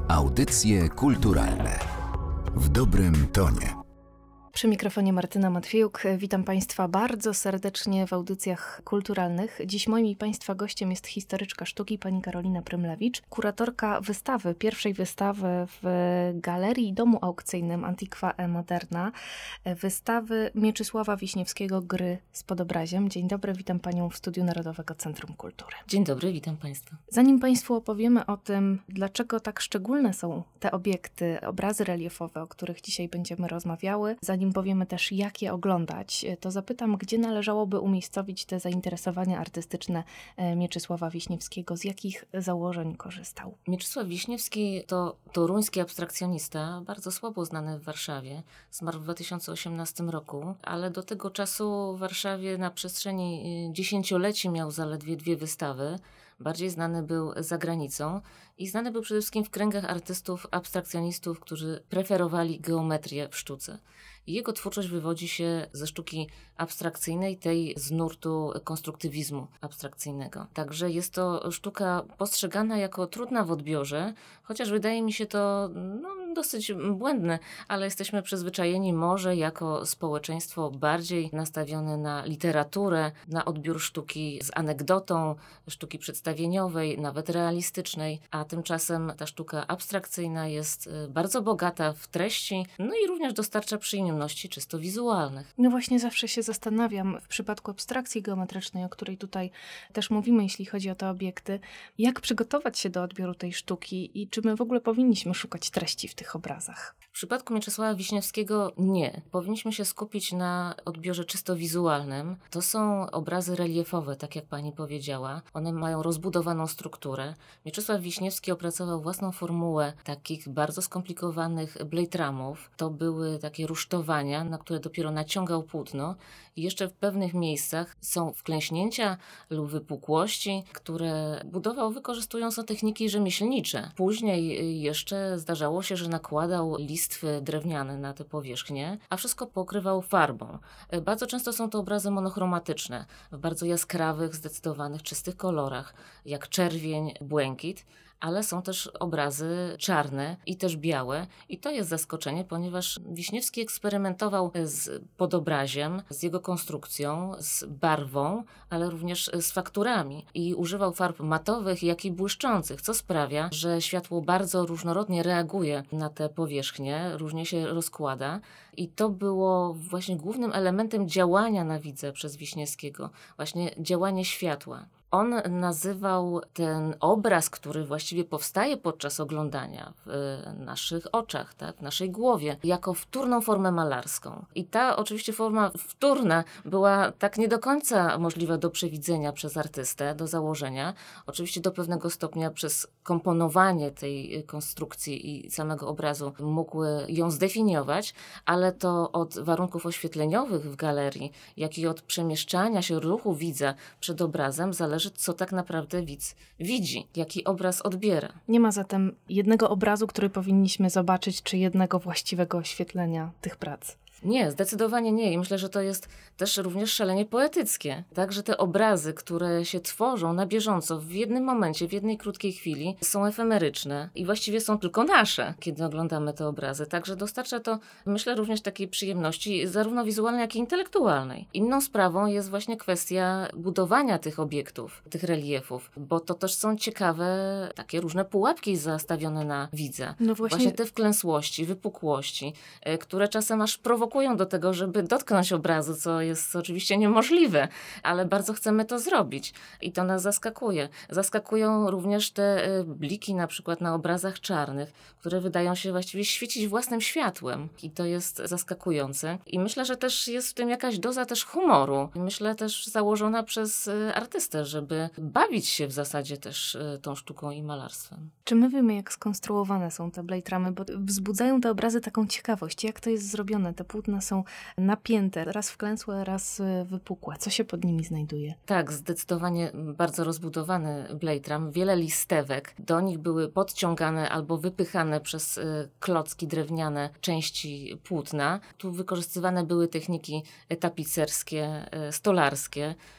Audycje kulturalne w dobrym tonie. Przy mikrofonie Martyna Matwiejuk. Witam Państwa bardzo serdecznie w audycjach kulturalnych. Dziś moim i Państwa gościem jest historyczka sztuki pani Karolina Prymlewicz, kuratorka wystawy, pierwszej wystawy w Galerii Domu Aukcyjnym Antiqua e Moderna, wystawy Mieczysława Wiśniewskiego Gry z podobraziem. Dzień dobry, witam Panią w studiu Narodowego Centrum Kultury. Dzień dobry, witam Państwa. Zanim Państwu opowiemy o tym, dlaczego tak szczególne są te obiekty, obrazy reliefowe, o których dzisiaj będziemy rozmawiały, zanim powiemy też, jak je oglądać, to zapytam, gdzie należałoby umiejscowić te zainteresowania artystyczne Mieczysława Wiśniewskiego, z jakich założeń korzystał? Mieczysław Wiśniewski to toruński abstrakcjonista, bardzo słabo znany w Warszawie. Zmarł w 2018 roku, ale do tego czasu w Warszawie na przestrzeni dziesięcioleci miał zaledwie 2 wystawy. Bardziej znany był za granicą i znany był przede wszystkim w kręgach artystów abstrakcjonistów, którzy preferowali geometrię w sztuce. Jego twórczość wywodzi się ze sztuki abstrakcyjnej, tej z nurtu konstruktywizmu abstrakcyjnego. Także jest to sztuka postrzegana jako trudna w odbiorze, chociaż wydaje mi się to dosyć błędne, ale jesteśmy przyzwyczajeni może jako społeczeństwo bardziej nastawione na literaturę, na odbiór sztuki z anegdotą, sztuki przedstawieniowej, nawet realistycznej, a tymczasem ta sztuka abstrakcyjna jest bardzo bogata w treści, i również dostarcza przyjemności czysto wizualnych. Właśnie zawsze się zastanawiam w przypadku abstrakcji geometrycznej, o której tutaj też mówimy, jeśli chodzi o te obiekty, jak przygotować się do odbioru tej sztuki i czy my w ogóle powinniśmy szukać treści w tych obrazach? W przypadku Mieczysława Wiśniewskiego nie. Powinniśmy się skupić na odbiorze czysto wizualnym. To są obrazy reliefowe, tak jak pani powiedziała. One mają rozbudowaną strukturę. Mieczysław Wiśniewski opracował własną formułę takich bardzo skomplikowanych blade ramów. To były takie rusztowania, na które dopiero naciągał płótno i jeszcze w pewnych miejscach są wklęśnięcia lub wypukłości, które budował wykorzystując techniki rzemieślnicze. Później jeszcze zdarzało się, że nakładał listwy drewniane na te powierzchnie, a wszystko pokrywał farbą. Bardzo często są to obrazy monochromatyczne, w bardzo jaskrawych, zdecydowanych, czystych kolorach, jak czerwień, błękit, ale są też obrazy czarne i też białe i to jest zaskoczenie, ponieważ Wiśniewski eksperymentował z podobraziem, z jego konstrukcją, z barwą, ale również z fakturami i używał farb matowych, jak i błyszczących, co sprawia, że światło bardzo różnorodnie reaguje na te powierzchnie, różnie się rozkłada i to było właśnie głównym elementem działania na widza przez Wiśniewskiego, właśnie działanie światła. On nazywał ten obraz, który właściwie powstaje podczas oglądania w naszych oczach, tak, w naszej głowie, jako wtórną formę malarską. I ta oczywiście forma wtórna była tak nie do końca możliwa do przewidzenia przez artystę, do założenia. Oczywiście do pewnego stopnia przez komponowanie tej konstrukcji i samego obrazu mógł ją zdefiniować, ale to od warunków oświetleniowych w galerii, jak i od przemieszczania się ruchu widza przed obrazem zależy, co tak naprawdę widz widzi, jaki obraz odbiera. Nie ma zatem jednego obrazu, który powinniśmy zobaczyć, czy jednego właściwego oświetlenia tych prac. Nie, zdecydowanie nie. I myślę, że to jest też również szalenie poetyckie. Także te obrazy, które się tworzą na bieżąco w jednym momencie, w jednej krótkiej chwili, są efemeryczne i właściwie są tylko nasze, kiedy oglądamy te obrazy. Także dostarcza to, myślę, również takiej przyjemności, zarówno wizualnej, jak i intelektualnej. Inną sprawą jest właśnie kwestia budowania tych obiektów, tych reliefów, bo to też są ciekawe takie różne pułapki zastawione na widza. Właśnie te wklęsłości, wypukłości, które czasem aż prowokują do tego, żeby dotknąć obrazu, co jest oczywiście niemożliwe, ale bardzo chcemy to zrobić i to nas zaskakuje. Zaskakują również te bliki na przykład na obrazach czarnych, które wydają się właściwie świecić własnym światłem i to jest zaskakujące. I myślę, że też jest w tym jakaś doza też humoru. Myślę też założona przez artystę, żeby bawić się w zasadzie też tą sztuką i malarstwem. Czy my wiemy, jak skonstruowane są te blade ramy, bo wzbudzają te obrazy taką ciekawość, jak to jest zrobione, te płótna są napięte, raz wklęsłe, raz wypukłe. Co się pod nimi znajduje? Tak, zdecydowanie bardzo rozbudowany blade ram, wiele listewek. Do nich były podciągane albo wypychane przez klocki drewniane części płótna. Tu wykorzystywane były techniki tapicerskie, stolarskie.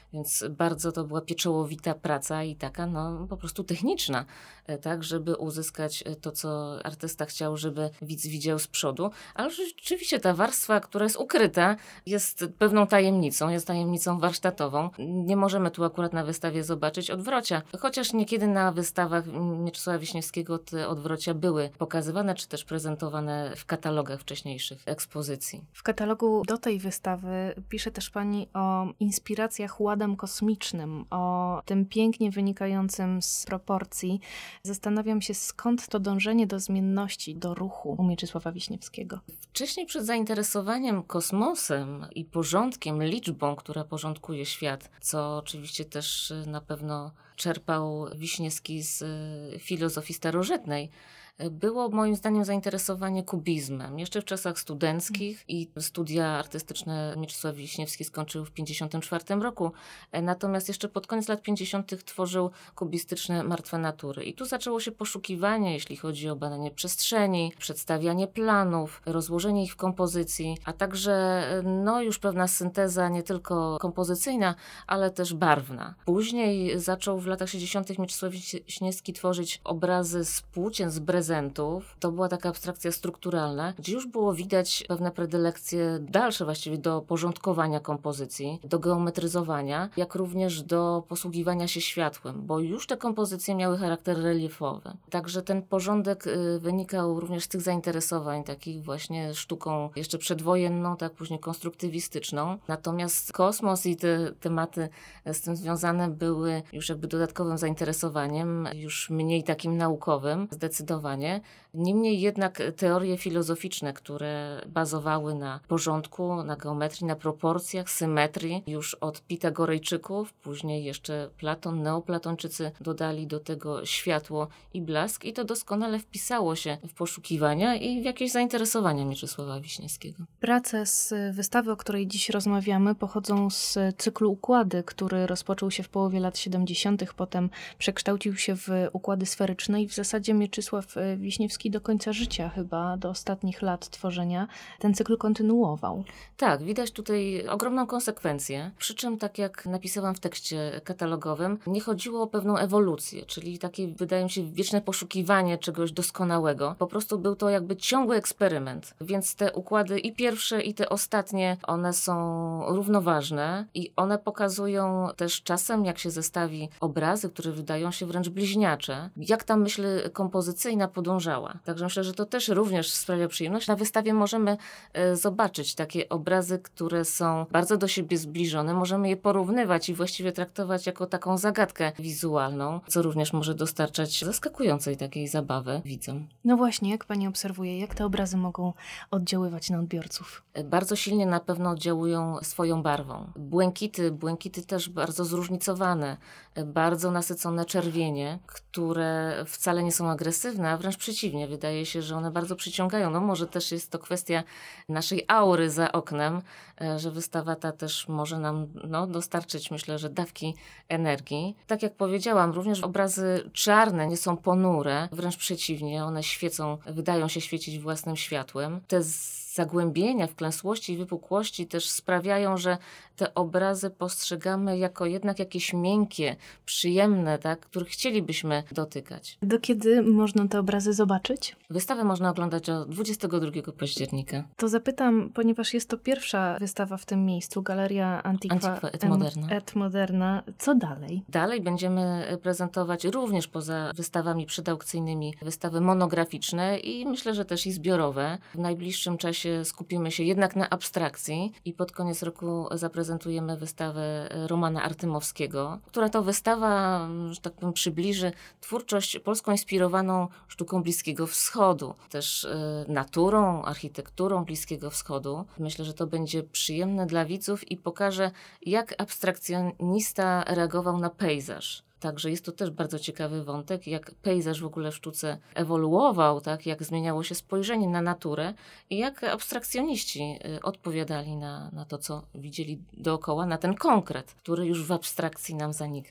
Więc bardzo to była pieczołowita praca i taka po prostu techniczna, tak, żeby uzyskać to, co artysta chciał, żeby widz widział z przodu. Ale rzeczywiście ta warstwa, która jest ukryta, jest pewną tajemnicą, jest tajemnicą warsztatową. Nie możemy tu akurat na wystawie zobaczyć odwrocia, chociaż niekiedy na wystawach Mieczysława Wiśniewskiego te odwrocia były pokazywane, czy też prezentowane w katalogach wcześniejszych ekspozycji. W katalogu do tej wystawy pisze też pani o inspiracjach ładem kosmicznym, o tym pięknie wynikającym z proporcji. Zastanawiam się, skąd to dążenie do zmienności, do ruchu u Mieczysława Wiśniewskiego. Wcześniej przed zainteresowaniem kosmosem i porządkiem, liczbą, która porządkuje świat, co oczywiście też na pewno czerpał Wiśniewski z filozofii starożytnej, było moim zdaniem zainteresowanie kubizmem. Jeszcze w czasach studenckich i studia artystyczne Mieczysław Wiśniewski skończył w 1954 roku. Natomiast jeszcze pod koniec lat 50. tworzył kubistyczne martwe natury. I tu zaczęło się poszukiwanie, jeśli chodzi o badanie przestrzeni, przedstawianie planów, rozłożenie ich w kompozycji, a także już pewna synteza nie tylko kompozycyjna, ale też barwna. Później zaczął w latach 60. Mieczysław Wiśniewski tworzyć obrazy z płócien, z prezentów. To była taka abstrakcja strukturalna, gdzie już było widać pewne predylekcje dalsze właściwie do porządkowania kompozycji, do geometryzowania, jak również do posługiwania się światłem, bo już te kompozycje miały charakter reliefowy. Także ten porządek wynikał również z tych zainteresowań, takich właśnie sztuką jeszcze przedwojenną, tak później konstruktywistyczną. Natomiast kosmos i te tematy z tym związane były już jakby dodatkowym zainteresowaniem, już mniej takim naukowym, zdecydowanie. Niemniej jednak teorie filozoficzne, które bazowały na porządku, na geometrii, na proporcjach, symetrii, już od Pitagorejczyków, później jeszcze Platon, neoplatończycy dodali do tego światło i blask i to doskonale wpisało się w poszukiwania i w jakieś zainteresowania Mieczysława Wiśniewskiego. Prace z wystawy, o której dziś rozmawiamy, pochodzą z cyklu Układy, który rozpoczął się w połowie lat 70., potem przekształcił się w układy sferyczne i w zasadzie Mieczysław Wiśniewski do końca życia chyba, do ostatnich lat tworzenia, ten cykl kontynuował. Tak, widać tutaj ogromną konsekwencję, przy czym tak jak napisałam w tekście katalogowym, nie chodziło o pewną ewolucję, czyli takie wydaje mi się wieczne poszukiwanie czegoś doskonałego. Po prostu był to jakby ciągły eksperyment, więc te układy i pierwsze i te ostatnie, one są równoważne i one pokazują też czasem, jak się zestawi obrazy, które wydają się wręcz bliźniacze, jak ta myśl kompozycyjna podążała. Także myślę, że to też również sprawia przyjemność. Na wystawie możemy zobaczyć takie obrazy, które są bardzo do siebie zbliżone. Możemy je porównywać i właściwie traktować jako taką zagadkę wizualną, co również może dostarczać zaskakującej takiej zabawy widzom. No właśnie, jak pani obserwuje, jak te obrazy mogą oddziaływać na odbiorców? Bardzo silnie na pewno oddziałują swoją barwą. Błękity też bardzo zróżnicowane, bardzo nasycone czerwienie, które wcale nie są agresywne, a wręcz przeciwnie. Wydaje się, że one bardzo przyciągają. No może też jest to kwestia naszej aury za oknem, że wystawa ta też może nam dostarczyć, myślę, że dawki energii. Tak jak powiedziałam, również obrazy czarne nie są ponure, wręcz przeciwnie, one świecą, wydają się świecić własnym światłem. Te zagłębienia, wklęsłości i wypukłości też sprawiają, że te obrazy postrzegamy jako jednak jakieś miękkie, przyjemne, tak, których chcielibyśmy dotykać. Do kiedy można te obrazy zobaczyć? Wystawę można oglądać od 22 października. To zapytam, ponieważ jest to pierwsza wystawa w tym miejscu, Galeria Antiqua et Moderna. Co dalej? Dalej będziemy prezentować również poza wystawami przedaukcyjnymi wystawy monograficzne i myślę, że też i zbiorowe. W najbliższym czasie skupimy się jednak na abstrakcji i pod koniec roku zaprezentujemy wystawę Romana Artymowskiego, która to wystawa, że tak powiem, przybliży twórczość polską inspirowaną sztuką Bliskiego Wschodu, też naturą, architekturą Bliskiego Wschodu. Myślę, że to będzie przyjemne dla widzów i pokaże, jak abstrakcjonista reagował na pejzaż. Także jest to też bardzo ciekawy wątek, jak pejzaż w ogóle w sztuce ewoluował, tak? Jak zmieniało się spojrzenie na naturę i jak abstrakcjoniści odpowiadali na to, co widzieli dookoła, na ten konkret, który już w abstrakcji nam zanika.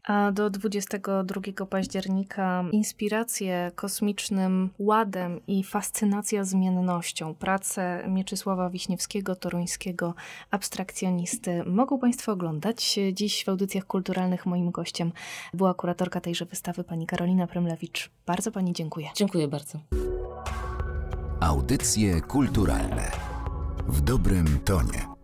A do 22 października inspiracje kosmicznym ładem i fascynacja zmiennością. Prace Mieczysława Wiśniewskiego, toruńskiego abstrakcjonisty mogą Państwo oglądać. Dziś w audycjach kulturalnych moim gościem była kuratorka tejże wystawy, pani Karolina Prymlewicz. Bardzo Pani dziękuję. Dziękuję bardzo. Audycje kulturalne w dobrym tonie.